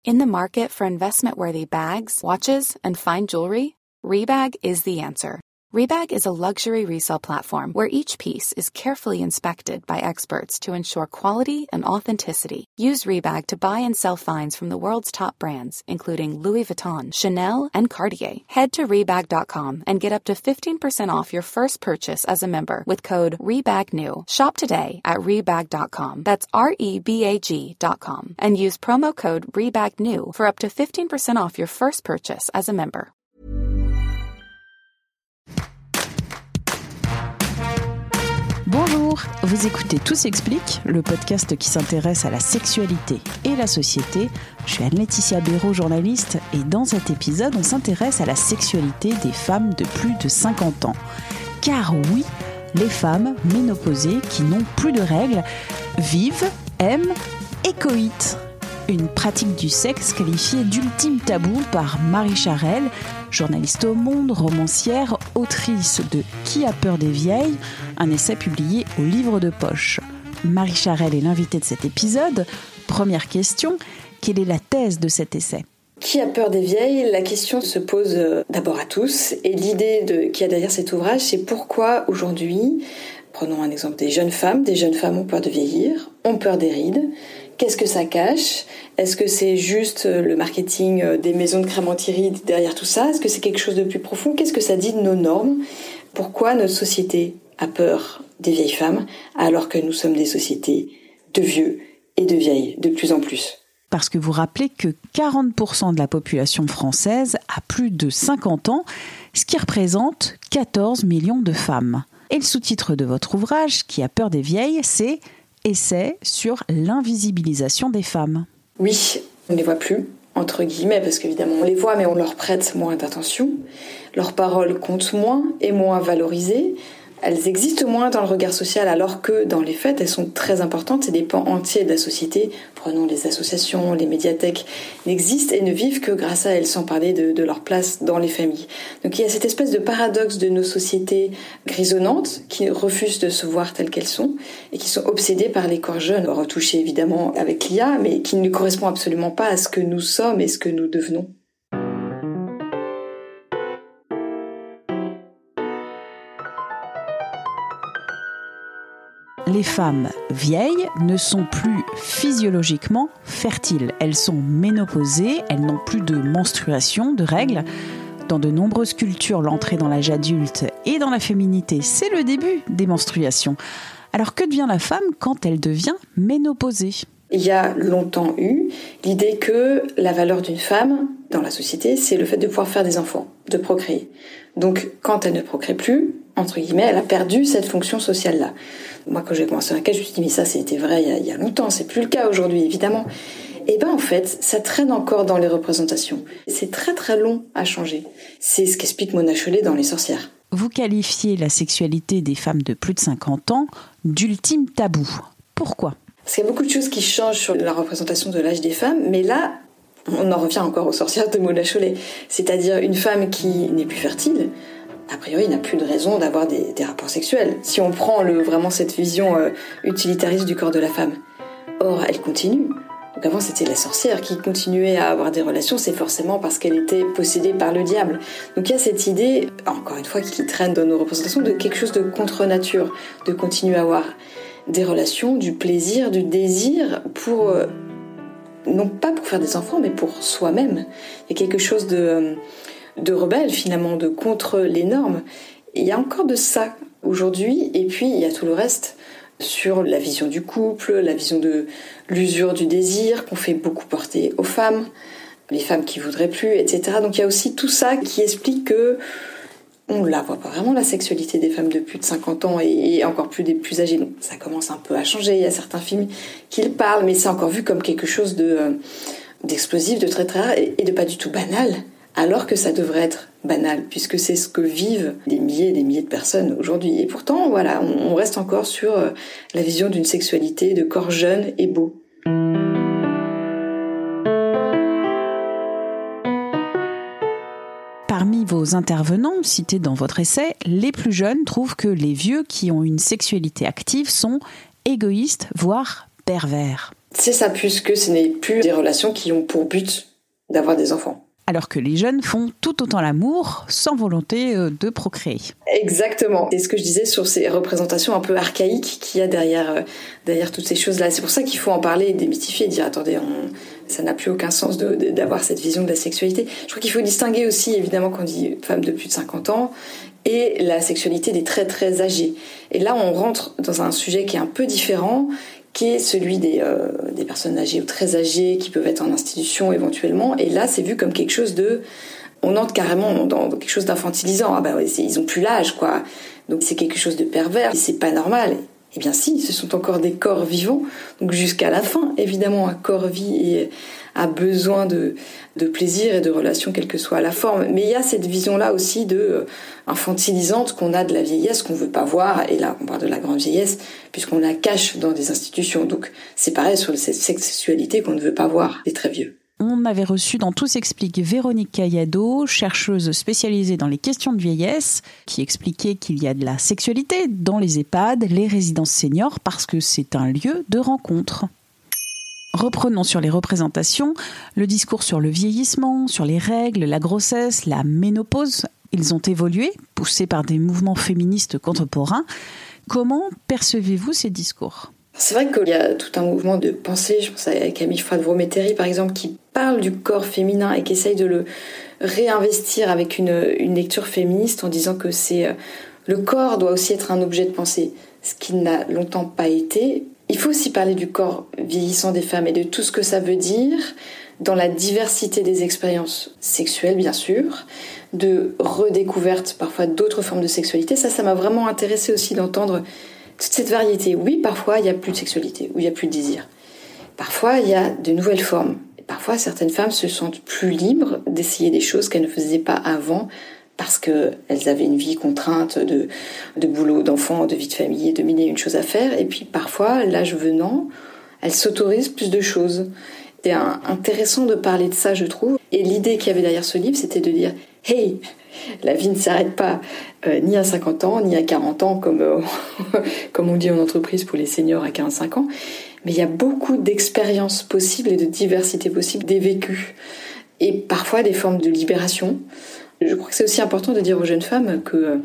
In the market for investment-worthy bags, watches, and fine jewelry, Rebag is the answer. Rebag is a luxury resale platform where each piece is carefully inspected by experts to ensure quality and authenticity. Use Rebag to buy and sell finds from the world's top brands, including Louis Vuitton, Chanel, and Cartier. Head to Rebag.com and get up to 15% off your first purchase as a member with code REBAGNEW. Shop today at Rebag.com. That's REBAG.com. And use promo code REBAGNEW for up to 15% off your first purchase as a member. Bonjour, vous écoutez Tout s'explique, le podcast qui s'intéresse à la sexualité et la société. Je suis Anne-Laetitia Béraud, journaliste, et dans cet épisode, on s'intéresse à la sexualité des femmes de plus de 50 ans. Car oui, les femmes ménopausées qui n'ont plus de règles vivent, aiment et coïtent. Une pratique du sexe qualifiée d'ultime tabou par Marie Charelle, journaliste au Monde, romancière, autrice de Qui a peur des vieilles, un essai publié au Livre de Poche. Marie Charelle est l'invitée de cet épisode. Première question, quelle est la thèse de cet essai ? Qui a peur des vieilles ? La question se pose d'abord à tous. Et l'idée qu'il y a derrière cet ouvrage, c'est pourquoi aujourd'hui, prenons un exemple des jeunes femmes ont peur de vieillir, ont peur des rides. Qu'est-ce que ça cache ? Est-ce que c'est juste le marketing des maisons de crème anti-rides derrière tout ça ? Est-ce que c'est quelque chose de plus profond ? Qu'est-ce que ça dit de nos normes ? Pourquoi notre société a peur des vieilles femmes alors que nous sommes des sociétés de vieux et de vieilles de plus en plus ? Parce que vous rappelez que 40% de la population française a plus de 50 ans, ce qui représente 14 millions de femmes. Et le sous-titre de votre ouvrage, Qui a peur des vieilles, c'est « Essai sur l'invisibilisation des femmes ». Oui, on ne les voit plus, entre guillemets, parce qu'évidemment on les voit, mais on leur prête moins d'attention. Leurs paroles comptent moins et moins valorisées. Elles existent moins dans le regard social, alors que dans les faits, elles sont très importantes. C'est des pans entiers de la société. Prenons les associations, les médiathèques, n'existent et ne vivent que grâce à elles, sans parler de leur place dans les familles. Donc il y a cette espèce de paradoxe de nos sociétés grisonnantes qui refusent de se voir telles qu'elles sont et qui sont obsédées par les corps jeunes, retouchés évidemment avec l'IA, mais qui ne correspond absolument pas à ce que nous sommes et ce que nous devenons. Les femmes vieilles ne sont plus physiologiquement fertiles. Elles sont ménopausées, elles n'ont plus de menstruation, de règles. Dans de nombreuses cultures, l'entrée dans l'âge adulte et dans la féminité, c'est le début des menstruations. Alors que devient la femme quand elle devient ménopausée ? Il y a longtemps eu l'idée que la valeur d'une femme dans la société, c'est le fait de pouvoir faire des enfants, de procréer. Donc quand elle ne procrée plus, entre guillemets, elle a perdu cette fonction sociale-là. Moi, quand j'ai commencé à enquête, je me suis dit, mais ça, c'était vrai il y a longtemps, c'est plus le cas aujourd'hui, évidemment. Et en fait, ça traîne encore dans les représentations. C'est très très long à changer. C'est ce qu'explique Mona Chollet dans Les Sorcières. Vous qualifiez la sexualité des femmes de plus de 50 ans d'ultime tabou. Pourquoi ? Parce qu'il y a beaucoup de choses qui changent sur la représentation de l'âge des femmes, mais là, on en revient encore aux Sorcières de Mona Chollet. C'est-à-dire une femme qui n'est plus fertile, a priori, n'a plus de raison d'avoir des rapports sexuels. Si on prend vraiment cette vision utilitariste du corps de la femme. Or, elle continue. Donc avant, c'était la sorcière qui continuait à avoir des relations, c'est forcément parce qu'elle était possédée par le diable. Donc il y a cette idée, encore une fois, qui traîne dans nos représentations, de quelque chose de contre-nature, de continuer à avoir des relations, du plaisir, du désir pour... non pas pour faire des enfants, mais pour soi-même. Il y a quelque chose de rebelle finalement, de contre les normes. Et il y a encore de ça aujourd'hui, et puis il y a tout le reste sur la vision du couple, la vision de l'usure du désir qu'on fait beaucoup porter aux femmes, les femmes qui voudraient plus, etc. Donc il y a aussi tout ça qui explique que on ne la voit pas vraiment, la sexualité des femmes de plus de 50 ans et encore plus des plus âgées. Donc ça commence un peu à changer, il y a certains films qui le parlent, mais c'est encore vu comme quelque chose d'explosif, de très très rare et de pas du tout banal. Alors que ça devrait être banal, puisque c'est ce que vivent des milliers et des milliers de personnes aujourd'hui. Et pourtant, voilà, on reste encore sur la vision d'une sexualité de corps jeune et beau. Parmi vos intervenants cités dans votre essai, les plus jeunes trouvent que les vieux qui ont une sexualité active sont égoïstes, voire pervers. C'est ça, puisque ce n'est plus des relations qui ont pour but d'avoir des enfants. Alors que les jeunes font tout autant l'amour sans volonté de procréer. Exactement. C'est ce que je disais sur ces représentations un peu archaïques qu'il y a derrière toutes ces choses-là. C'est pour ça qu'il faut en parler et démythifier et dire attendez, ça n'a plus aucun sens d'avoir cette vision de la sexualité. Je crois qu'il faut distinguer aussi, évidemment, quand on dit femme de plus de 50 ans et la sexualité des très très âgés. Et là, on rentre dans un sujet qui est un peu différent, qui est celui des personnes âgées ou très âgées qui peuvent être en institution éventuellement. Et là, c'est vu comme quelque chose on entre carrément dans quelque chose d'infantilisant. Ah ouais, ils ont plus l'âge, quoi. Donc c'est quelque chose de pervers. Et c'est pas normal. Eh bien si, ce sont encore des corps vivants. Donc jusqu'à la fin, évidemment, un corps vit et a besoin de plaisir et de relations, quelle que soit la forme. Mais il y a cette vision-là aussi infantilisante qu'on a de la vieillesse, qu'on veut pas voir. Et là, on parle de la grande vieillesse, puisqu'on la cache dans des institutions. Donc c'est pareil sur cette sexualité qu'on ne veut pas voir des très vieux. On avait reçu dans Tout s'explique Véronique Cayado, chercheuse spécialisée dans les questions de vieillesse, qui expliquait qu'il y a de la sexualité dans les EHPAD, les résidences seniors, parce que c'est un lieu de rencontre. Reprenons sur les représentations, le discours sur le vieillissement, sur les règles, la grossesse, la ménopause. Ils ont évolué, poussés par des mouvements féministes contemporains. Comment percevez-vous ces discours ? C'est vrai qu'il y a tout un mouvement de pensée, je pense à Camille Fradvo-Métairie par exemple, qui parle du corps féminin et qui essaye de le réinvestir avec une lecture féministe en disant que le corps doit aussi être un objet de pensée, ce qui n'a longtemps pas été. Il faut aussi parler du corps vieillissant des femmes et de tout ce que ça veut dire dans la diversité des expériences sexuelles, bien sûr, de redécouverte parfois d'autres formes de sexualité. Ça m'a vraiment intéressée aussi d'entendre toute cette variété. Oui, parfois, il n'y a plus de sexualité, ou il n'y a plus de désir. Parfois, il y a de nouvelles formes. Parfois, certaines femmes se sentent plus libres d'essayer des choses qu'elles ne faisaient pas avant parce qu'elles avaient une vie contrainte de boulot, d'enfants, de vie de famille, de mille et une choses à faire. Et puis, parfois, l'âge venant, elles s'autorisent plus de choses. C'est intéressant de parler de ça, je trouve. Et l'idée qu'il y avait derrière ce livre, c'était de dire « Hey !» La vie ne s'arrête pas ni à 50 ans, ni à 40 ans, comme on dit en entreprise pour les seniors à 45 ans. Mais il y a beaucoup d'expériences possibles et de diversité possible des vécus. Et parfois des formes de libération. Je crois que c'est aussi important de dire aux jeunes femmes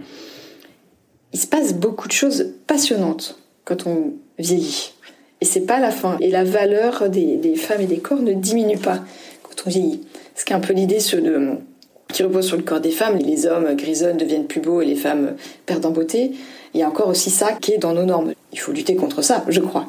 qu'il se passe beaucoup de choses passionnantes quand on vieillit. Et c'est pas la fin. Et la valeur des femmes et des corps ne diminue pas quand on vieillit. Ce qui est un peu l'idée qui repose sur le corps des femmes. Les hommes grisonnent, deviennent plus beaux et les femmes perdent en beauté. Il y a encore aussi ça qui est dans nos normes. Il faut lutter contre ça, je crois.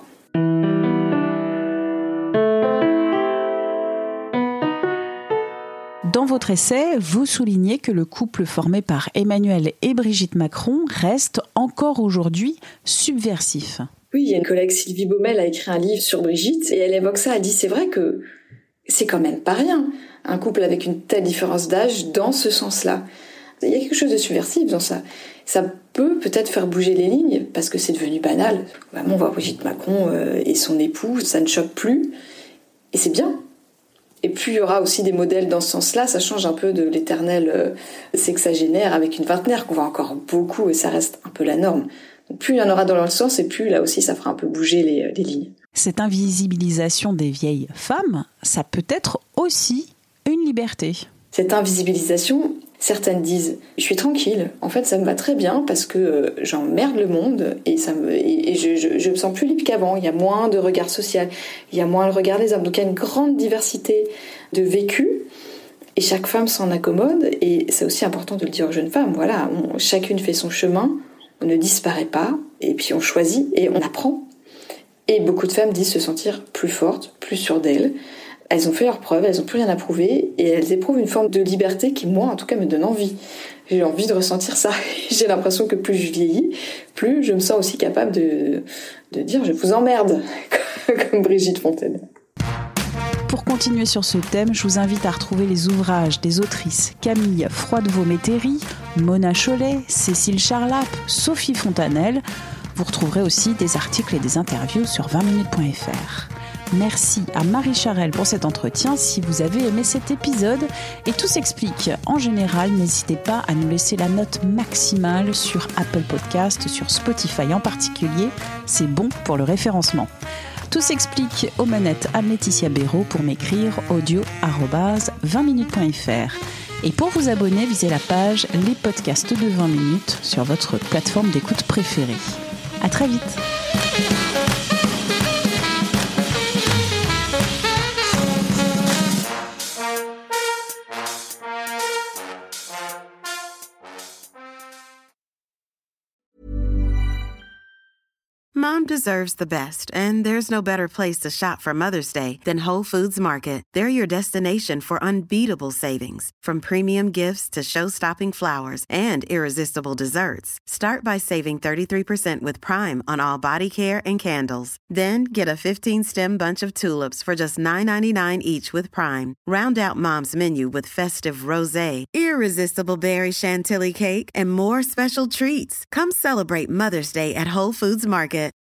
Dans votre essai, vous soulignez que le couple formé par Emmanuel et Brigitte Macron reste encore aujourd'hui subversif. Oui, il y a une collègue, Sylvie Baumel, a écrit un livre sur Brigitte et elle évoque ça. Elle dit c'est vrai que c'est quand même pas rien, un couple avec une telle différence d'âge dans ce sens-là. Il y a quelque chose de subversif dans ça. Ça peut-être faire bouger les lignes parce que c'est devenu banal. Vraiment, on voit Brigitte Macron et son époux, ça ne choque plus et c'est bien. Et plus il y aura aussi des modèles dans ce sens-là, ça change un peu de l'éternel sexagénaire avec une vingtenaire qu'on voit encore beaucoup et ça reste un peu la norme. Donc plus il y en aura dans l'autre sens et plus là aussi ça fera un peu bouger les lignes. Cette invisibilisation des vieilles femmes, ça peut être aussi une liberté. Cette invisibilisation, certaines disent « je suis tranquille, en fait ça me va très bien parce que j'emmerde le monde et je me sens plus libre qu'avant, il y a moins de regard social, il y a moins le regard des hommes, donc il y a une grande diversité de vécus et chaque femme s'en accommode et c'est aussi important de le dire aux jeunes femmes, voilà, chacune fait son chemin, on ne disparaît pas et puis on choisit et on apprend. Et beaucoup de femmes disent se sentir plus fortes, plus sûres d'elles. Elles ont fait leurs preuves, elles n'ont plus rien à prouver et elles éprouvent une forme de liberté qui, moi, en tout cas, me donne envie. J'ai envie de ressentir ça. J'ai l'impression que plus je vieillis, plus je me sens aussi capable de dire « je vous emmerde », comme Brigitte Fontaine. Pour continuer sur ce thème, je vous invite à retrouver les ouvrages des autrices Camille Fradvo-Métairie, Mona Chollet, Cécile Charlap, Sophie Fontanelle. Vous retrouverez aussi des articles et des interviews sur 20minutes.fr. Merci à Marie Charelle pour cet entretien. Si vous avez aimé cet épisode, et tout s'explique en général, n'hésitez pas à nous laisser la note maximale sur Apple Podcast, sur Spotify en particulier. C'est bon pour le référencement. Tout s'explique aux manettes Anne-Laetitia Béraud pour m'écrire audio@20minutes.fr. Et pour vous abonner, visez la page Les podcasts de 20 minutes sur votre plateforme d'écoute préférée. À très vite. Mom deserves the best, and there's no better place to shop for Mother's Day than Whole Foods Market. They're your destination for unbeatable savings, from premium gifts to show-stopping flowers and irresistible desserts. Start by saving 33% with Prime on all body care and candles. Then get a 15-stem bunch of tulips for just $9.99 each with Prime. Round out Mom's menu with festive rosé, irresistible berry chantilly cake, and more special treats. Come celebrate Mother's Day at Whole Foods Market.